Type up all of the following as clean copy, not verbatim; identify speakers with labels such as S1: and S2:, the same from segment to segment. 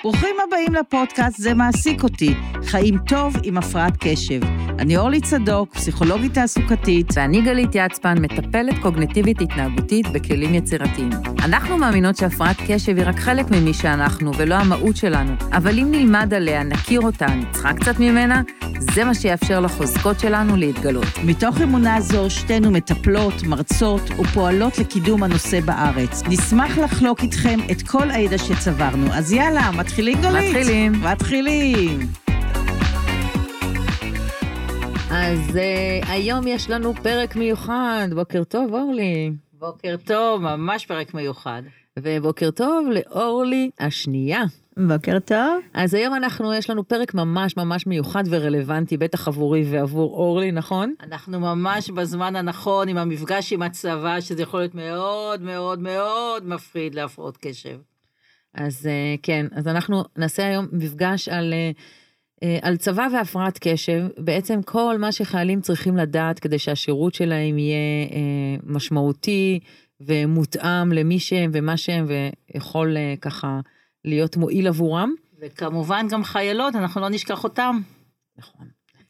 S1: ברוכים הבאים לפודקאסט זה מעסיק אותי, חיים טוב עם הפרעת קשב. אני אורלי צדוק, פסיכולוגית תעסוקתית.
S2: ואני גלית יצפן, מטפלת קוגניטיבית התנהגותית בכלים יצירתיים. אנחנו מאמינות שהפרעת קשב היא רק חלק ממי שאנחנו ולא המהות שלנו, אבל אם נלמד עליה, נכיר אותה, נצחק קצת ממנה, זה מה שיאפשר לחוזקות שלנו להתגלות.
S1: מתוך אמונה זו, שתינו מטפלות, מרצות ופועלות לקידום הנושא בארץ. נשמח לחלוק איתכם את כל הידע שצברנו. אז יאללה, מתחילים גלית? מתחילים.
S2: אז היום יש לנו פרק מיוחד. בוקר טוב, אורלי.
S1: בוקר טוב, ממש פרק מיוחד.
S2: ובוקר טוב לאורלי השנייה.
S3: בוקר טוב.
S2: אז היום יש לנו פרק ממש ממש מיוחד ורלוונטי, בטח עבורי ועבור אורלי, נכון?
S1: אנחנו ממש בזמן הנכון עם המפגש עם הצבא, שזה יכול להיות מאוד מאוד מאוד מפחיד להפרעות קשב.
S2: אז כן, אז אנחנו נעשה היום מפגש על צבא והפרעת קשב, בעצם כל מה שחיילים צריכים לדעת כדי שהשירות שלהם יהיה משמעותי ומותאם למי שהם ומה שהם, ויכול ככה להיות מועיל עבורם.
S1: וכמובן גם חיילות, אנחנו לא נשכח אותם.
S2: נכון.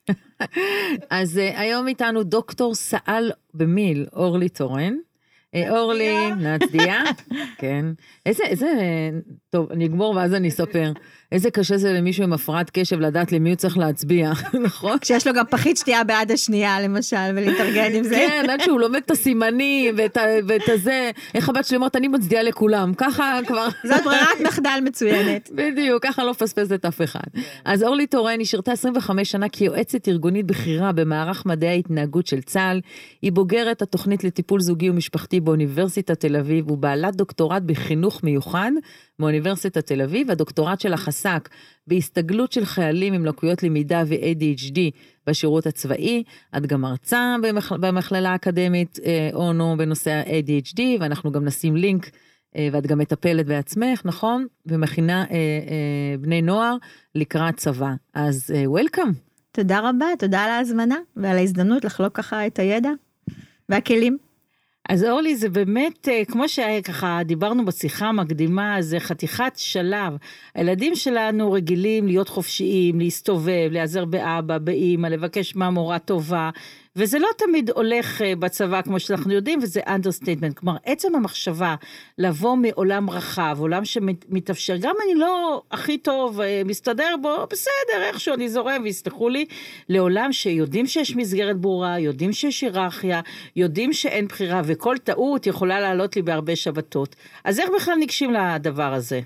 S2: אז היום איתנו דוקטור סא"ל במיל, אורלי תורן. אורלי, נצדיע. כן. טוב, אני אגמור ואז אני אספר. איזה קשה זה למישהו עם הפרעת קשב לדעת למי הוא צריך להצביע, נכון?
S3: כשיש לו גם פחית שתייה בעד השנייה, למשל, ולהתארגן עם זה.
S2: כן, עד שהוא לומד את הסימנים ואת הזה, איך הבת שלי אומרת, אני מצדיעה לכולם, ככה כבר...
S3: זאת ברירת מחדל מצוינת.
S2: בדיוק, ככה לא פספסת אף אחד. אז אורלי תורן, היא שירתה 25 שנה כיועצת ארגונית בכירה במערך מדעי ההתנהגות של צה"ל, היא בוגרת התוכנית לטיפול זוגי ומשפחתי באוניברסיטת תל אביב, ובעלת דוקטורט בחינוך מיוחד מאוניברסיטת תל אביב. הדוקטורט שלה עסק בהסתגלות של חיילים עם לקויות למידה ו-ADHD בשירות הצבאי. את גם מרצה במכללה האקדמית אונו בנושא ה-ADHD, ואנחנו גם נשים לינק, ואת גם מטפלת בעצמך, נכון? ומכינה בני נוער לקראת צבא. אז וולקאם.
S3: תודה רבה, תודה על ההזמנה ועל ההזדמנות לחלוק ככה את הידע והכלים.
S1: אז אורלי, זה באמת, כמו שככה דיברנו בשיחה המקדימה, זה חתיכת שלב. הילדים שלנו רגילים להיות חופשיים, להסתובב, להיעזר באבא, באמא, לבקש מהמורה טובה, וזה לא תמיד הולך בצבא כמו שאנחנו יודעים, וזה understatement. כלומר, עצם המחשבה לבוא מעולם רחב, עולם שמתאפשר, גם אני לא הכי טוב מסתדר בו, בסדר, איכשהו אני זורם ויסלחו לי, לעולם שיודעים שיש מסגרת ברורה, יודעים שיש היררכיה, יודעים שאין בחירה, וכל טעות יכולה לעלות לי בהרבה שבתות. אז איך בכלל ניגשים לדבר הזה?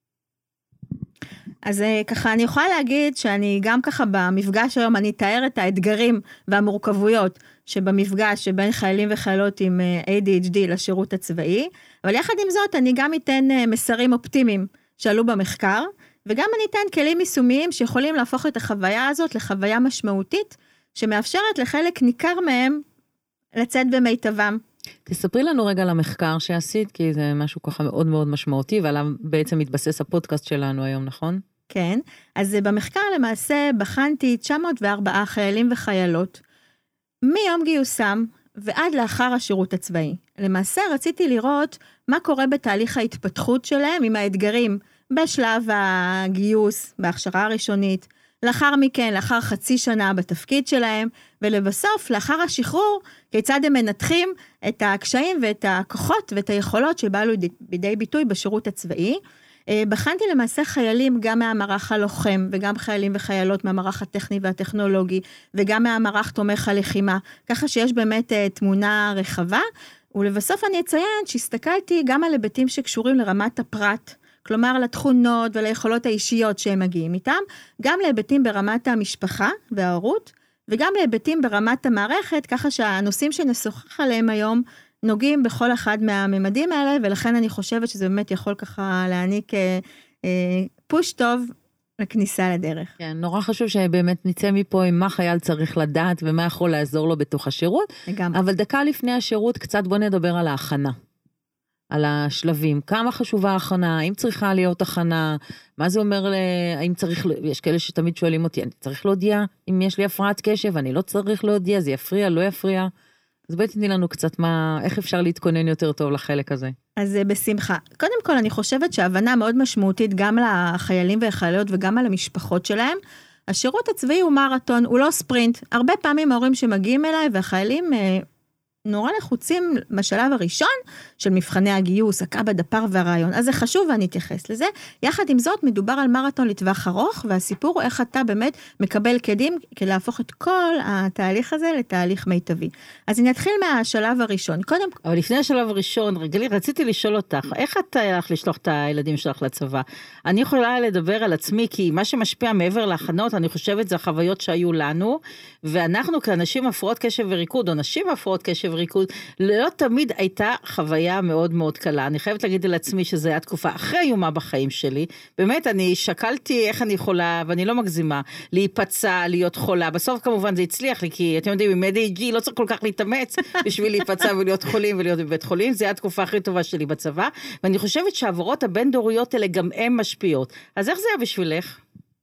S3: אז ככה אני יכולה להגיד שאני גם ככה במפגש היום, אני אתאר את האתגרים והמורכבויות שבמפגש שבין חיילים וחיילות עם ADHD לשירות הצבאי, אבל יחד עם זאת אני גם אתן מסרים אופטימיים שעלו במחקר, וגם אני אתן כלים יישומיים שיכולים להפוך את החוויה הזאת לחוויה משמעותית, שמאפשרת לחלק ניכר מהם לצאת במיטבם.
S2: תספרי לנו רגע על המחקר שעשית, כי זה משהו ככה מאוד מאוד משמעותי, ועליו בעצם מתבסס הפודקאסט שלנו היום, נכון?
S3: כן, אז במחקר למעשה בחנתי 904 חיילים וחיילות, מיום גיוסם ועד לאחר השירות הצבאי. למעשה רציתי לראות מה קורה בתהליך ההתפתחות שלהם עם האתגרים בשלב הגיוס, בהכשרה הראשונית, לאחר מכן, לאחר חצי שנה בתפקיד שלהם, ולבסוף, לאחר השחרור, כיצד הם מנתחים את הקשיים ואת הכוחות ואת היכולות שבאלו בידי ביטוי בשירות הצבאי. בחנתי למעשה חיילים גם מהמערך הלוחם, וגם חיילים וחיילות מהמערך הטכני והטכנולוגי, וגם מהמערך תומך הלחימה, ככה שיש באמת תמונה רחבה, ולבסוף אני אציין שהסתכלתי גם על היבטים שקשורים לרמת הפרט, כלומר לתכונות וליכולות האישיות שהם מגיעים איתם, גם להיבטים ברמת המשפחה וההורות, וגם להיבטים ברמת המערכת, ככה שהנושאים שנשוחח עליהם היום נוגעים בכל אחד מהממדים האלה, ולכן אני חושבת שזה באמת יכול ככה להעניק פוש טוב לכניסה לדרך.
S2: כן, נורא חשוב שבאמת נצא מפה עם מה חייל צריך לדעת, ומה יכול לעזור לו בתוך השירות, אבל דקה לפני השירות קצת בוא נדבר על ההכנה. על השלבים, כמה חשובה ההכנה, האם צריכה להיות הכנה, מה זה אומר, האם צריך, יש כאלה שתמיד שואלים אותי, אני צריך להודיע אם יש לי הפרעת קשב, אני לא צריך להודיע, זה יפריע, לא יפריע. אז בואי תתני לנו קצת איך אפשר להתכונן יותר טוב לחלק הזה.
S3: אז בשמחה. קודם כל, אני חושבת שההבנה מאוד משמעותית גם לחיילים והחיילות וגם על המשפחות שלהם. השירות הצבאי הוא מרתון, הוא לא ספרינט. הרבה פעמים ההורים שמגיעים אליי והחיילים נורא לחוצים בשלב הראשון של מבחני הגיוס, הקב"א, דפ"ר והרעיון. אז זה חשוב ואני אתייחס לזה. יחד עם זאת, מדובר על מרתון לטווח ארוך, והסיפור הוא איך אתה באמת מקבל קדים, כדי להפוך את כל התהליך הזה לתהליך מיטבי. אז אני אתחיל מהשלב הראשון. קודם...
S1: אבל לפני השלב הראשון, רגלי, רציתי לשאול אותך, איך את הלך לשלוח את הילדים שלך לצבא? אני יכולה לדבר על עצמי, כי מה שמשפיע מעבר להכנות, אני חושבת, זה החוויות שהיו לנו, ואנחנו כאנשים הפרעות קשב וריקוד, או נשים הפרעות קשב וריקוד, לא תמיד הייתה חוויה מאוד מאוד קלה. אני חייבת להגיד על עצמי שזו הייתה תקופה אחרי איומה בחיים שלי. באמת, אני שקלתי איך אני יכולה, ואני לא מגזימה, להיפצע, להיות חולה. בסוף כמובן זה הצליח לי, כי אתם יודעים, עם ADHD לא צריך כל כך להתאמץ בשביל להיפצע ולהיות חולים ולהיות בבית חולים. זו הייתה התקופה הכי טובה שלי בצבא. ואני חושבת שהעברות הבין-דוריות האלה גם הן משפיעות. אז איך זה היה בשבילך?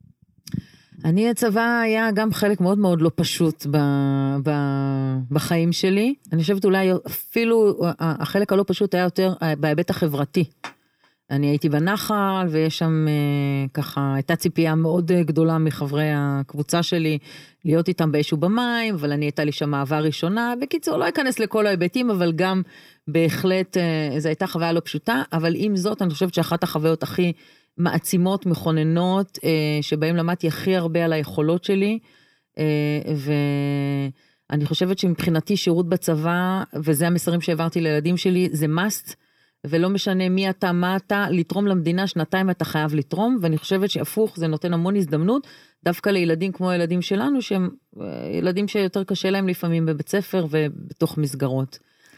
S2: הצבא היה גם חלק מאוד מאוד לא פשוט בחיים שלי. אני חושבת אולי אפילו החלק הלא פשוט היה יותר בהיבט החברתי. אני הייתי בנחל ויש שם ככה, הייתה ציפייה מאוד גדולה מחברי הקבוצה שלי להיות איתם באיזשהו במים, אבל אני הייתה לי שם מעבר ראשונה. בקיצור, לא אכנס לכל ההיבטים, אבל גם בהחלט זו הייתה חוויה לא פשוטה, אבל עם זאת אני חושבת שאחת החוויות הכי מעצימות, מכוננות, שבהם למדתי הכי הרבה על היכולות שלי, ואני חושבת שמבחינתי שירות בצבא, וזה המסרים שהעברתי לילדים שלי, זה must, ולא משנה מי אתה, מה אתה, לתרום למדינה, שנתיים אתה חייב לתרום, ואני חושבת שהפוך, זה נותן המון הזדמנות, דווקא לילדים כמו הילדים שלנו, שהם ילדים שיותר קשה להם לפעמים בבית ספר ובתוך מסגרות.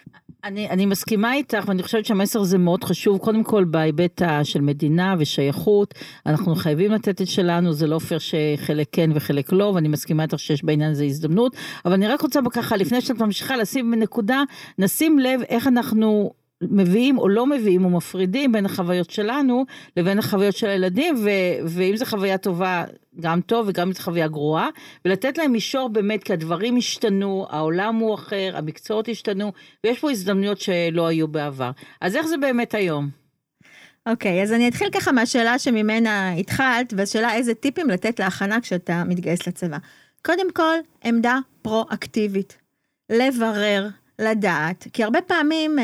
S1: אני מסכימה איתך, ואני חושבת שהמסר זה מאוד חשוב, קודם כל בהיבט של מדינה ושייכות, אנחנו חייבים לתת את שלנו, זה לא פייר שחלק כן וחלק לא, ואני מסכימה איתך שיש בעניין הזה הזדמנות, אבל אני רק רוצה ככה, לפני שאת ממשיכה לשים בנקודה, נשים לב איך אנחנו מביאים או לא מביאים או מפרידים בין החוויות שלנו לבין החוויות של הילדים, ואם זו חוויה טובה, גם טוב וגם אם זו חוויה גרועה, ולתת להם מישור באמת, כי הדברים השתנו, העולם הוא אחר, המקצועות השתנו, ויש פה הזדמנויות שלא היו בעבר. אז איך זה באמת היום?
S3: אוקיי, אז אני אתחיל ככה מהשאלה שממנה התחלת, והשאלה איזה טיפים לתת להכנה כשאתה מתגייס לצבא. קודם כל, עמדה פרו-אקטיבית, לברר, לדעת, כי הרבה פעמים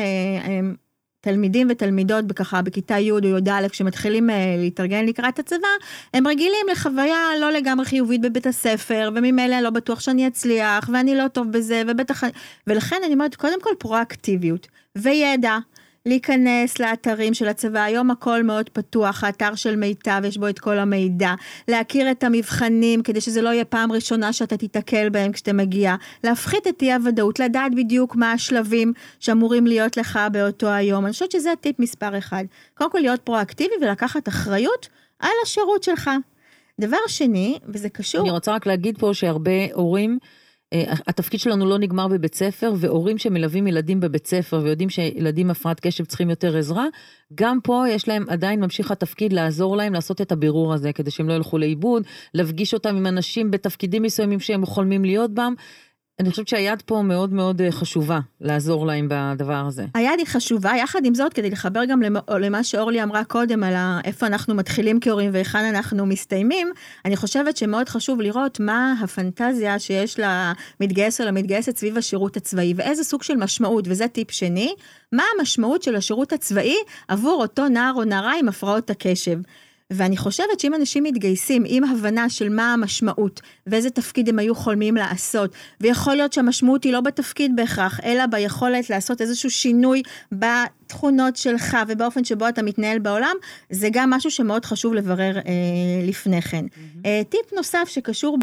S3: תלמידים ותלמידות בככה בכיתה י' או י"א כשמתחילים להתארגן לקראת הצבא, הם רגילים לחוויה לא לגמרי חיובית בבית הספר, וממילא לא בטוח שאני אצליח, ואני לא טוב בזה, ולכן אני אומרת, קודם כל פרואקטיביות, וידע, להיכנס לאתרים של הצבא, היום הכל מאוד פתוח, האתר של מיטב, יש בו את כל המידע, להכיר את המבחנים, כדי שזה לא יהיה פעם ראשונה שאתה תתקל בהם כשאתה מגיע, להפחית את אי הוודאות, לדעת בדיוק מה השלבים שאמורים להיות לך באותו היום, אני חושבת שזה הטיפ מספר 1, קודם כל להיות פרואקטיבי ולקחת אחריות על השירות שלך. דבר שני, וזה קשור...
S2: אני רוצה רק להגיד פה שהרבה הורים, התפקיד שלנו לא נגמר בבית ספר, והורים שמלווים ילדים בבית ספר, ויודעים שילדים הפרעת קשב צריכים יותר עזרה, גם פה יש להם עדיין ממשיך התפקיד לעזור להם לעשות את הבירור הזה, כדי שהם לא ילכו לאיבוד, להפגיש אותם עם אנשים בתפקידים מסוימים שהם חולמים להיות בהם, אני חושבת שהיד פה מאוד מאוד חשובה, לעזור להם בדבר הזה.
S3: היד היא חשובה, יחד עם זאת, כדי לחבר גם למה שאורלי אמרה קודם, על איפה אנחנו מתחילים כהורים והיכן אנחנו מסתיימים, אני חושבת שמאוד חשוב לראות מה הפנטזיה שיש למתגייס או למתגייסת סביב השירות הצבאי, ואיזה סוג של משמעות, וזה טיפ שני, מה המשמעות של השירות הצבאי עבור אותו נער או נערה עם הפרעות הקשב. ואני חושבת שאם אנשים מתגייסים עם הבנה של מה המשמעות, ואיזה תפקיד הם היו חולמים לעשות, ויכול להיות שהמשמעות היא לא בתפקיד בהכרח, אלא ביכולת לעשות איזשהו שינוי בתכונות שלך, ובאופן שבו אתה מתנהל בעולם, זה גם משהו שמאוד חשוב לברר לפני כן. טיפ נוסף שקשור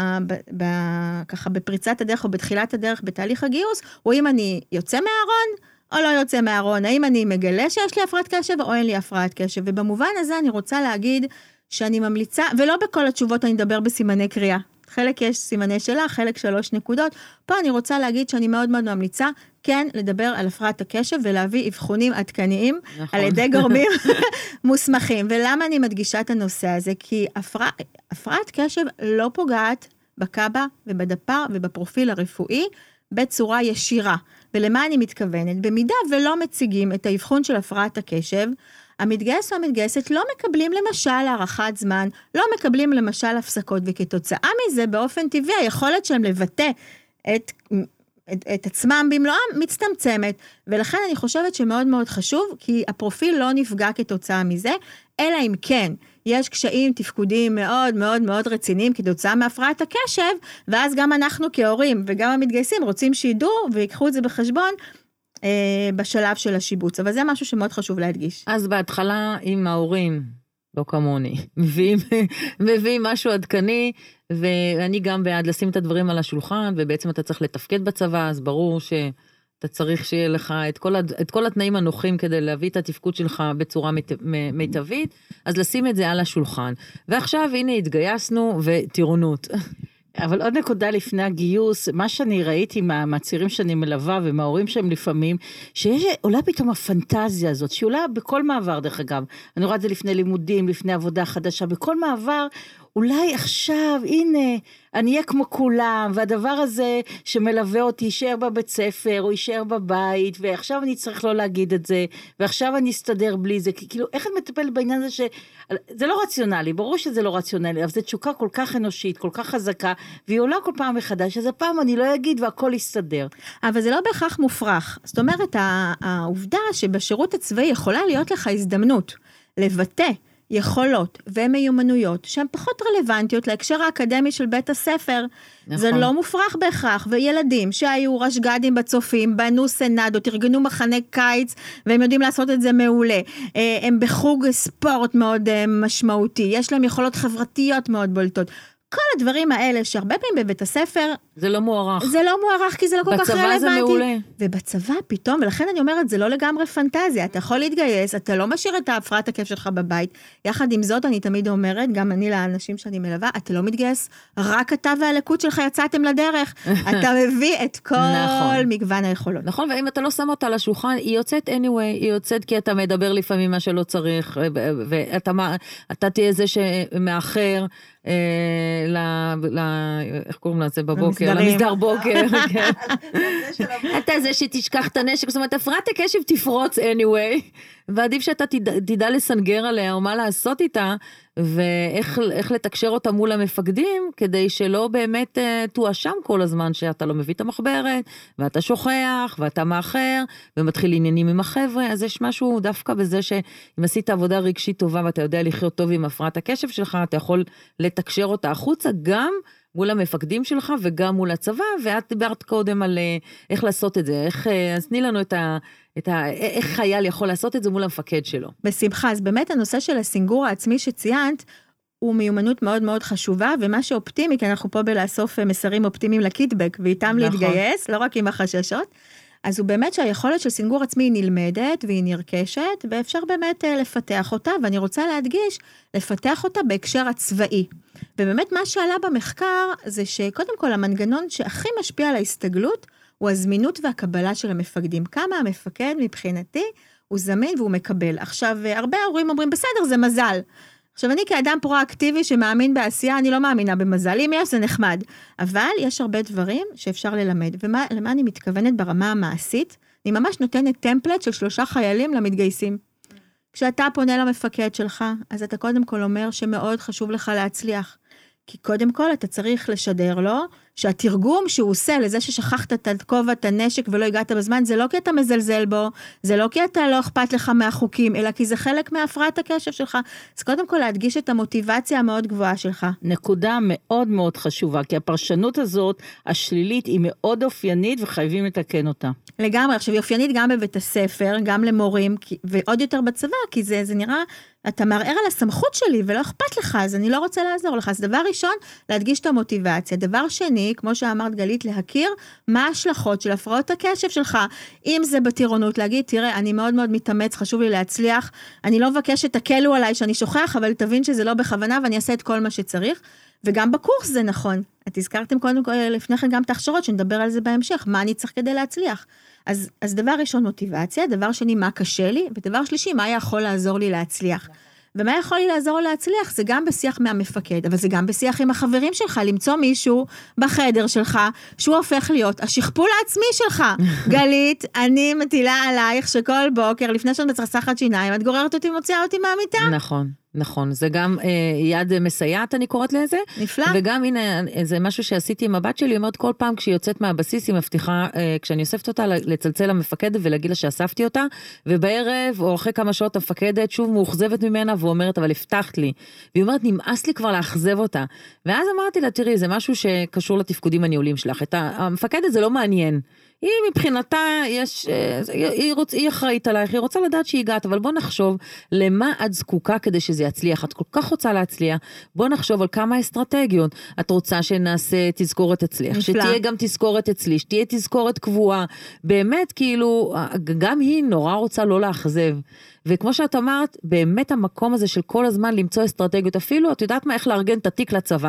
S3: ככה בפריצת הדרך, או בתחילת הדרך בתהליך הגיוס, הוא אם אני יוצא מהארון, או לא יוצא מהארון, האם אני מגלה שיש לי הפרעת קשב, או אין לי הפרעת קשב, ובמובן הזה אני רוצה להגיד, שאני ממליצה, ולא בכל התשובות אני מדבר בסימני קריאה, חלק יש סימני שאלה, חלק 3 נקודות, פה אני רוצה להגיד שאני מאוד מאוד ממליצה, כן לדבר על הפרעת הקשב, ולהביא אבחונים עדכניים,
S2: נכון.
S3: על ידי גורמים מוסמכים, ולמה אני מדגישה את הנושא הזה, כי הפרעת קשב לא פוגעת, בקב"א ובדפ"ר ובפרופיל הרפואי, בצורה ישירה. ולמה אני מתכוונת? במידה ולא מציגים את האבחון של הפרעת הקשב, המתגייס או המתגייסת לא מקבלים למשל הערכת זמן, לא מקבלים למשל הפסקות, וכתוצאה מזה באופן טבעי היכולת שלהם לבטא את עצמם במלואם מצטמצמת, ולכן אני חושבת שמאוד מאוד חשוב, כי הפרופיל לא נפגע כתוצאה מזה, אלא אם כן יש קשיים תפקודיים מאוד מאוד מאוד רציניים כתוצאה מהפרעת הקשב, ואז גם אנחנו כהורים וגם המתגייסים רוצים שידעו ויקחו את זה בחשבון, בשלב של השיבוץ, אבל זה משהו שמאוד חשוב להדגיש.
S2: אז בהתחלה עם ההורים, לא כמוני, מביאים משהו עדכני, ואני גם בעד לשים את הדברים על השולחן, ובעצם אתה צריך לתפקד בצבא, אז ברור שאתה צריך שיהיה לך את כל התנאים הנוחים, כדי להביא את התפקוד שלך בצורה מיטבית, אז לשים את זה על השולחן. ועכשיו הנה התגייסנו וטירונות.
S1: אבל עוד נקודה לפני הגיוס, מה שאני ראיתי מהצעירים שאני מלווה ומההורים שהם לפעמים, שעולה פתאום הפנטזיה הזאת, שהיא עולה בכל מעבר דרך אגב, אני רואה את זה לפני לימודים, לפני עבודה חדשה, בכל מעבר, אולי עכשיו, הנה, אני אהיה כמו כולם, והדבר הזה שמלווה אותי יישאר בבית ספר, או יישאר בבית, ועכשיו אני צריך לא להגיד את זה, ועכשיו אני אסתדר בלי זה, כאילו, איך את מטפלת בעניין הזה זה לא רציונלי, ברור שזה לא רציונלי, אבל זו תשוקה כל כך אנושית, כל כך חזקה, והיא עולה כל פעם מחדש, אז הפעם אני לא אגיד והכל יסתדר.
S3: אבל זה לא בהכרח מופרך, זאת אומרת, העובדה שבשירות הצבאי יכולה להיות לך הזדמנות לבטא, יכולות ומיומנויות שהן פחות רלוונטיות להקשר האקדמי של בית הספר, נכון. זה לא מופרך בהכרח, וילדים שהיו רשגדים בצופים, בנו סנדות, ארגנו מחנה קיץ, והם יודעים לעשות את זה מעולה, הם בחוג ספורט מאוד משמעותי, יש להם יכולות חברתיות מאוד בולטות, כל הדברים האלה שהרבה פעמים בבית הספר,
S2: זה לא מוערך.
S3: זה לא מוערך כי זה לא כל כך רלוונטי.
S2: בצבא זה מעולה.
S3: ובצבא פתאום, ולכן אני אומרת, זה לא לגמרי פנטזיה, אתה יכול להתגייס, אתה לא משאיר את ההפרעת הכיף שלך בבית, יחד עם זאת אני תמיד אומרת, גם אני לאנשים שאני מלווה, אתה לא מתגייס, רק אתה והלקות שלך יצאתם לדרך, אתה מביא את כל מגוון היכולות.
S2: נכון, ואם אתה לא שם אותה לשולחן, היא יוצאת anyway, היא יוצאת כי אתה מדבר לפעמים מה שלא צריך, ואתה תהיה זה שמאחר, איך קוראים לזה בבוקר? למסדר בוקר, כן. אתה זה שתשכח את הנשק, זאת אומרת, הפרעת הקשב תפרוץ anyway, ועדיף שאתה תדע לסנגר עליה, או מה לעשות איתה, ואיך לתקשר אותה מול המפקדים, כדי שלא באמת תואשם כל הזמן, שאתה לא מביא את המחברת, ואתה שוכח, ואתה מאחר, ומתחיל עניינים עם החבר'ה, אז יש משהו דווקא בזה שאם עשית עבודה רגשית טובה, ואתה יודע לחיות טוב עם הפרעת הקשב שלך, אתה יכול לתקשר אותה החוצה, גם מול המפקדים שלך, וגם מול הצבא, ואת דיברת קודם על איך לעשות את זה, אז תני לנו איך חייל יכול לעשות את זה מול המפקד שלו.
S3: בשמחה, אז באמת הנושא של הסינגור העצמי שציינת, הוא מיומנות מאוד מאוד חשובה, ומה שאופטימי, כי אנחנו פה בלאסוף מסרים אופטימיים לקיטבק, ואיתם להתגייס, לא רק עם החששות, אז הוא באמת שהיכולת של סינגור עצמי היא נלמדת, והיא נרכשת, ואפשר באמת לפתח אותה, ואני רוצה להדגיש, לפתח אותה בהקשר הצבאי. ובאמת מה שעלה במחקר, זה שקודם כל המנגנון שהכי משפיע על ההסתגלות, הוא הזמינות והקבלה של המפקדים. כמה המפקד מבחינתי הוא זמין והוא מקבל. עכשיו, הרבה הורים אומרים, בסדר, זה מזל. עכשיו, אני כאדם פרואקטיבי שמאמין בעשייה, אני לא מאמינה במזל. אם יש, זה נחמד. אבל יש הרבה דברים שאפשר ללמד. ולמה אני מתכוונת ברמה המעשית? אני ממש נותנת טמפלט של 3 חיילים למתגייסים. כשאתה פונה למפקד שלך, אז אתה קודם כל אומר שמאוד חשוב לך להצליח. כי קודם כל אתה צריך לשדר לו, שהתרגום שהוא עושה לזה ששכחת את הכובע, את הנשק ולא הגעת בזמן, זה לא כי אתה מזלזל בו, זה לא כי אתה לא אכפת לך מהחוקים, אלא כי זה חלק מהפרעת הקשב שלך. אז קודם כל להדגיש את המוטיבציה המאוד גבוהה שלך.
S1: נקודה מאוד מאוד חשובה, כי הפרשנות הזאת, השלילית, היא מאוד אופיינית וחייבים לתקן אותה.
S3: לגמרי, עכשיו היא אופיינית גם בבית הספר, גם למורים, ועוד יותר בצבא, כי זה נראה, אתה מערער על הסמכות שלי ולא אכפת לך, אז אני לא רוצה לעזור לך. אז דבר ראשון, להדגיש את המוטיבציה. דבר שני, כמו שאמרת גלית, להכיר מה ההשלכות של הפרעות הקשב שלך. אם זה בטירונות, להגיד, תראה, אני מאוד מאוד מתאמץ, חשוב לי להצליח, אני לא מבקש שתקלו עליי שאני שוכח, אבל תבין שזה לא בכוונה, ואני אעשה את כל מה שצריך. וגם בקורס זה נכון. את הזכרתם קודם כל לפני כן גם את ההכשרות, שנדבר על זה בהמשך, מה אני צריך כדי להצליח. אז דבר ראשון מוטיבציה, דבר שני מה קשה לי, ודבר שלישי מה יכול לעזור לי להצליח. ומה יכול לי לעזור להצליח? זה גם בשיח מהמפקד, אבל זה גם בשיח עם החברים שלך, למצוא מישהו בחדר שלך, שהוא הופך להיות השכפול העצמי שלך. גלית, אני מטילה עלייך שכל בוקר, לפני שאת מצחצחת שיניים, את גוררת אותי ומוציאה אותי מהמיטה.
S2: נכון. נכון, זה גם יד מסייעת, אני קוראת לזה.
S3: נפלא.
S2: וגם הנה, זה משהו שעשיתי עם הבת שלי, היא אומרת כל פעם כשהיא יוצאת מהבסיס, היא מבטיחה, כשאני אוספת אותה, לצלצל למפקדת ולהגיד לה שאספתי אותה, ובערב, או אחרי כמה שעות, המפקדת שוב מאוכזבת ממנה, ואומרת, אבל הבטחת לי. והיא אומרת, נמאס לי כבר לאכזב אותה. ואז אמרתי לה, תראי, זה משהו שקשור לתפקודים הניהולים שלך. המפקדת זה לא מעניין. היא מבחינתה, היא אחראית עלייך, היא רוצה לדעת שהיא הגעת, אבל בוא נחשוב למה את זקוקה כדי שזה יצליח, את כל כך רוצה להצליח, בוא נחשוב על כמה אסטרטגיות, את רוצה שנעשה תזכורת אצלך, שתהיה גם תזכורת אצלי, שתהיה תזכורת קבועה, באמת כאילו, גם היא נורא רוצה לא לאכזב, וכמו שאת אמרת, באמת המקום הזה של כל הזמן למצוא אסטרטגיות, אפילו את יודעת מה, איך לארגן את התיק לצבא,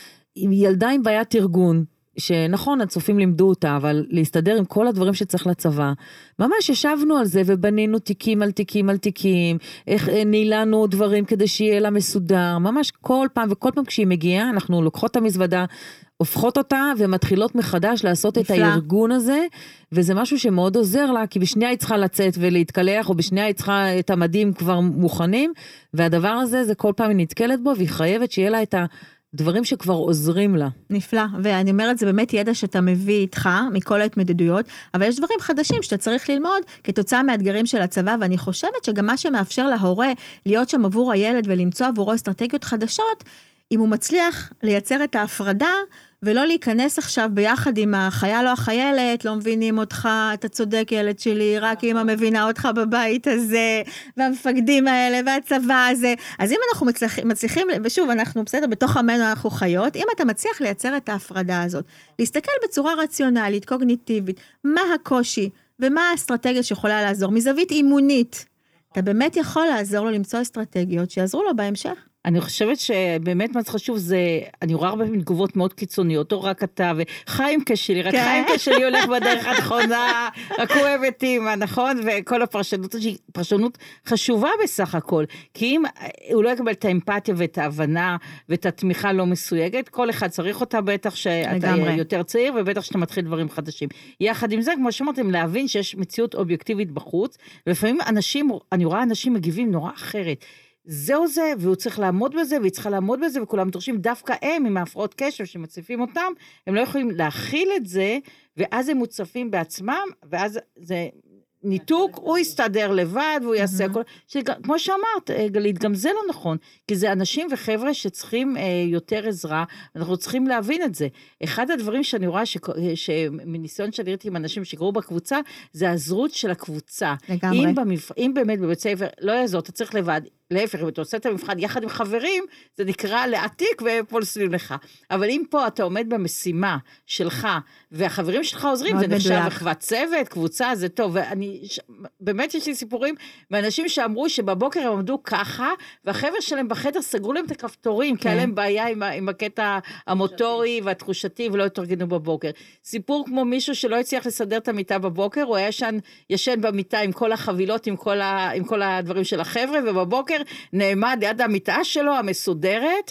S2: ילדה עם בעיית ארגון, שנכון, הצופים לימדו אותה, אבל להסתדר עם כל הדברים שצריך לצבא. ממש ישבנו על זה ובנינו תיקים על תיקים על תיקים, איך נילנו דברים כדי שיהיה לה מסודר, ממש כל פעם וכל פעם כשהיא מגיעה, אנחנו לוקחות את המזוודה, הופכות אותה ומתחילות מחדש לעשות את הארגון הזה, וזה משהו שמאוד עוזר לה, כי בשנייה היא צריכה לצאת ולהתקלח, או בשנייה היא צריכה את המדים כבר מוכנים, והדבר הזה זה כל פעם היא נתקלת בו, והיא חייבת שיהיה לה את דברים שכבר עוזרים לה.
S3: נפלא, ואני אומרת, זה באמת ידע שאתה מביא איתך, מכל ההתמודדויות, אבל יש דברים חדשים שאתה צריך ללמוד, כתוצאה מהאתגרים של הצבא, ואני חושבת שגם מה שמאפשר להורה, להיות שם עבור הילד, ולמצוא עבורו אסטרטגיות חדשות, אם הוא מצליח לייצר את ההפרדה, ולא להיכנס עכשיו ביחד עם החייל או החיילת, לא מבינים אותך, אתה צודק ילד שלי, רק אמא מבינה אותך בבית הזה, והמפקדים האלה, והצבא הזה. אז אם אנחנו מצליחים, ושוב, אנחנו בסדר, בתוך עמנו אנחנו חיות, אם אתה מצליח לייצר את ההפרדה הזאת, להסתכל בצורה רציונלית, קוגניטיבית, מה הקושי, ומה האסטרטגיה שיכולה לעזור, מזווית אימונית, אתה באמת יכול לעזור לו למצוא אסטרטגיות שיעזרו לו בהמשך.
S1: אני חושבת שבאמת מה חשוב זה, אני רואה הרבה תגובות מאוד קיצוניות, או רק אתה וחיים כשלי, רק חיים כשלי הולך בדרך הנכונה, רק הוא אוהב את אימא, נכון? וכל הפרשנות שהיא פרשנות חשובה בסך הכל, כי אם הוא לא יקבל את האמפתיה ואת ההבנה ואת התמיכה לא מסויגת, כל אחד צריך אותה בטח שאתה יותר צעיר, ובטח שאתה מתחיל דברים חדשים. יחד עם זה, כמו שאמרתם, להבין שיש מציאות אובייקטיבית בחוץ, ולפעמים אנשים, אני רואה אנשים מגיבים נורא אחרת, זהו זה, והוא צריך לעמוד בזה, והיא צריכה לעמוד בזה, וכולם דורשים דווקא הם, עם ההפרעות קשב שמציפים אותם, הם לא יכולים להכיל את זה, ואז הם מוצפים בעצמם, ואז זה ניתוק, הוא יסתדר לבד, והוא יעשה הכל, כמו שאמרת, גלית, גם זה לא נכון, כי זה אנשים וחבר'ה שצריכים יותר עזרה, אנחנו צריכים להבין את זה. אחד הדברים שאני רואה, שמניסיון שאני ראיתי עם אנשים שקראו בקבוצה, זה העזרות של הקבוצה.
S3: לגמרי.
S1: אם באמת בבית ספר לא יעזור, אתה צריך לבד, להפך, אם אתה עושה את המבחן יחד עם חברים, זה נקרא לעתיק ופולסים לך. אבל אם פה אתה עומד במשימה שלך, והחברים שלך עוזרים, זה נחשב אחוות צוות, קבוצה, זה טוב. ואני, באמת יש לי סיפורים, מאנשים שאמרו שבבוקר הם עמדו ככה, והחבר שלהם בחדר סגרו להם את הכפתורים, כי היה להם בעיה עם הקטע המוטורי והתחושתי, ולא התארגנו בבוקר. סיפור כמו מישהו שלא הצליח לסדר את המיטה בבוקר, הוא היה ישן במיטה עם כל החבילות, עם כל הדברים של החבר'ה, ובבוקר נעמד ליד המיטה שלו, המסודרת,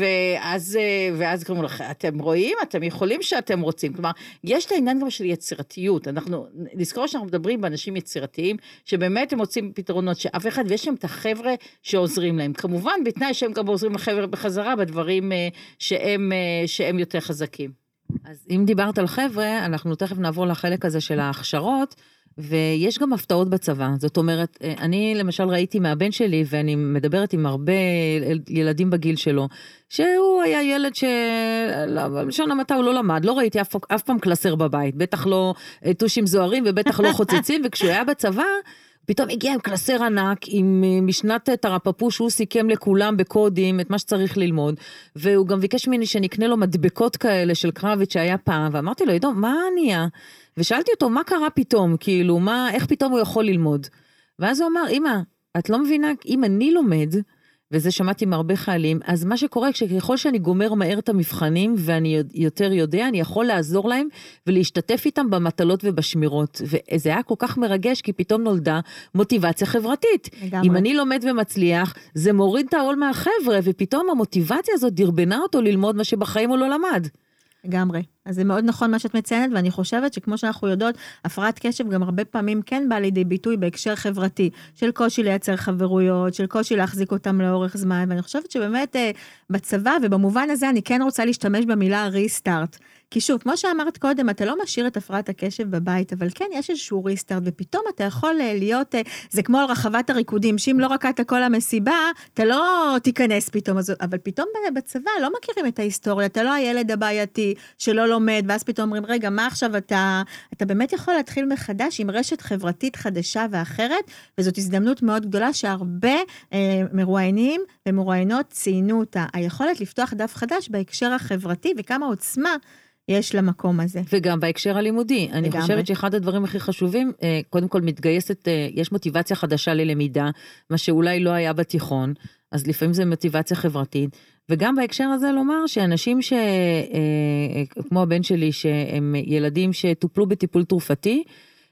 S1: ואז קוראים לך, אתם רואים, אתם יכולים שאתם רוצים. כלומר, יש לעניין גם של יצירתיות. אנחנו נזכור שאנחנו מדברים באנשים יצירתיים, שבאמת הם מוצאים פתרונות שאף אחד, ויש להם את החבר'ה שעוזרים להם. כמובן, בתנאי שהם גם עוזרים לחבר'ה בחזרה, בדברים שהם יותר חזקים.
S2: אז אם דיברת על חבר'ה, אנחנו תכף נעבור לחלק הזה של ההכשרות, ויש גם הפתעות בצבא, זאת אומרת, אני למשל ראיתי מהבן שלי, ואני מדברת עם הרבה ילדים בגיל שלו, שהוא היה ילד בלשון המעטה הוא לא למד, לא ראיתי אף פעם קלסר בבית, בטח לא טושים זוהרים ובטח לא חוצצים, וכשהוא היה בצבא, פתאום הגיע עם קלסר ענק, עם משנת תרפפו, שהוא סיכם לכולם בקודים את מה שצריך ללמוד, והוא גם ביקש ממני שנקנה לו מדבקות כאלה של קרבית שהיה פעם, ואמרתי לו, ידום, מה נהיה? ושאלתי אותו, מה קרה פתאום? כאילו, איך פתאום הוא יכול ללמוד? ואז הוא אמר, אמא, את לא מבינה, אם אני לומד, וזה שמעתי מהרבה חיילים, אז מה שקורה, ככל שאני גומר מהר את המבחנים, ואני יותר יודע, אני יכול לעזור להם, ולהשתתף איתם במטלות ובשמירות, וזה היה כל כך מרגש, כי פתאום נולדה מוטיבציה חברתית.
S3: לגמרי.
S2: אם אני לומד ומצליח, זה מוריד את העול מהחבר'ה, ופתאום המוטיבציה הזאת דרבנה אותו ללמוד מה שבחיים הוא לא למד.
S3: לגמרי. אז זה מאוד נכון מה שאת מציינת, ואני חושבת שכמו שאנחנו יודעות, הפרעת קשב גם הרבה פעמים כן בא לידי ביטוי בהקשר חברתי, של קושי לייצר חברויות, של קושי להחזיק אותם לאורך זמן, ואני חושבת שבאמת בצבא, ובמובן הזה אני כן רוצה להשתמש במילה ריסטארט, כי שוב, כמו שאמרת קודם, אתה לא משאיר את הפרעת הקשב בבית, אבל כן, יש איזשהו ריסטארט, ופתאום אתה יכול להיות, זה כמו על רחבת הריקודים, שאם לא רקעת כל המסיבה, אתה לא תיכנס פתאום, אבל פתאום בצבא לא מכירים את ההיסטוריה, אתה לא הילד הבעייתי שלא לומד, ואז פתאום אומרים, רגע, מה עכשיו אתה באמת יכול להתחיל מחדש עם רשת חברתית חדשה ואחרת, וזאת הזדמנות מאוד גדולה שהרבה מרואיינים ומרואיינות ציינו אותה, היכולת לפתוח דף חדש בהקשר החברתי, וכמה עוצמה יש למקום הזה.
S2: וגם בהקשר הלימודי. אני חושבת שאחד הדברים הכי חשובים, קודם כל מתגייסת, יש מוטיבציה חדשה ללמידה, מה שאולי לא היה בתיכון, אז לפעמים זה מוטיבציה חברתית, וגם בהקשר הזה לומר שאנשים כמו הבן שלי, שהם ילדים שטופלו בטיפול תרופתי,